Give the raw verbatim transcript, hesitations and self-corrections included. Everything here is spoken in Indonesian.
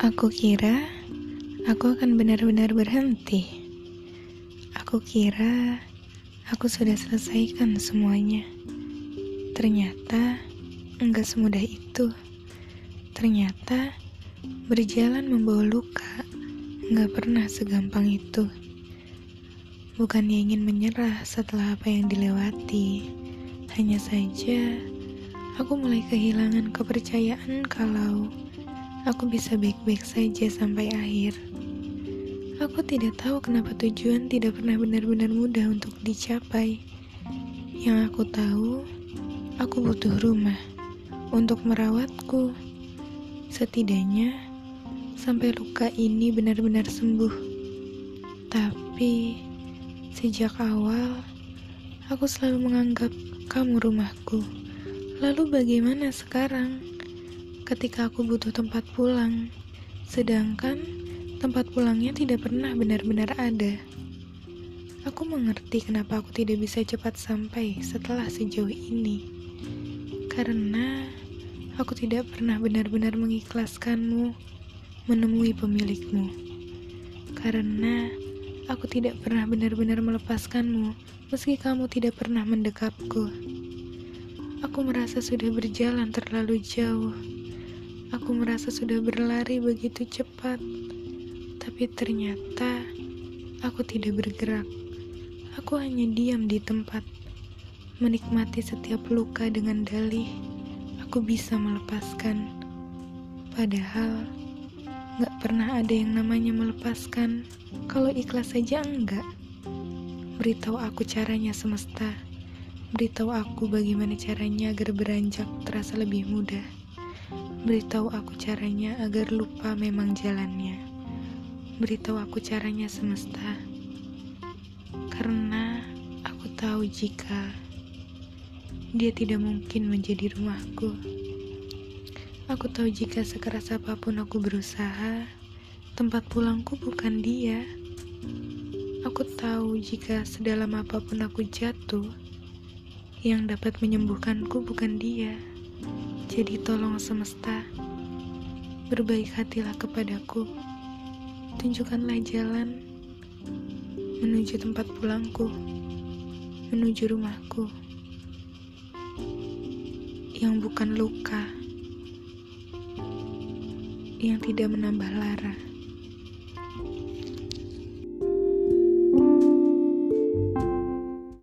Aku kira aku akan benar-benar berhenti. Aku kira aku sudah selesaikan semuanya. Ternyata enggak semudah itu. Ternyata berjalan membawa luka enggak pernah segampang itu. Bukannya ingin menyerah setelah apa yang dilewati. Hanya saja aku mulai kehilangan kepercayaan kalau aku bisa baik-baik saja sampai akhir. Aku tidak tahu kenapa tujuan tidak pernah benar-benar mudah untuk dicapai. Yang aku tahu, aku butuh rumah untuk merawatku. Setidaknya, sampai luka ini benar-benar sembuh. Tapi, sejak awal, aku selalu menganggap kamu rumahku. Lalu bagaimana sekarang? Ketika aku butuh tempat pulang, sedangkan tempat pulangnya tidak pernah benar-benar ada. Aku mengerti kenapa aku tidak bisa cepat sampai setelah sejauh ini. Karena aku tidak pernah benar-benar mengikhlaskanmu menemui pemilikmu. Karena aku tidak pernah benar-benar melepaskanmu meski kamu tidak pernah mendekapku. Aku merasa sudah berjalan terlalu jauh. Aku merasa sudah berlari begitu cepat, tapi ternyata aku tidak bergerak. Aku hanya diam di tempat, menikmati setiap luka dengan dalih aku bisa melepaskan. Padahal gak pernah ada yang namanya melepaskan. Kalau ikhlas saja enggak. Beritahu aku caranya semesta. Beritahu aku bagaimana caranya agar beranjak terasa lebih mudah. Beritahu aku caranya agar lupa memang jalannya. Beritahu aku caranya semesta. Karena aku tahu jika dia tidak mungkin menjadi rumahku. Aku tahu jika sekeras apapun aku berusaha, tempat pulangku bukan dia. Aku tahu jika sedalam apapun aku jatuh, yang dapat menyembuhkanku bukan dia. Jadi tolong semesta, berbaik hatilah kepadaku. Tunjukkanlah jalan menuju tempat pulangku, menuju rumahku, yang bukan luka, yang tidak menambah lara.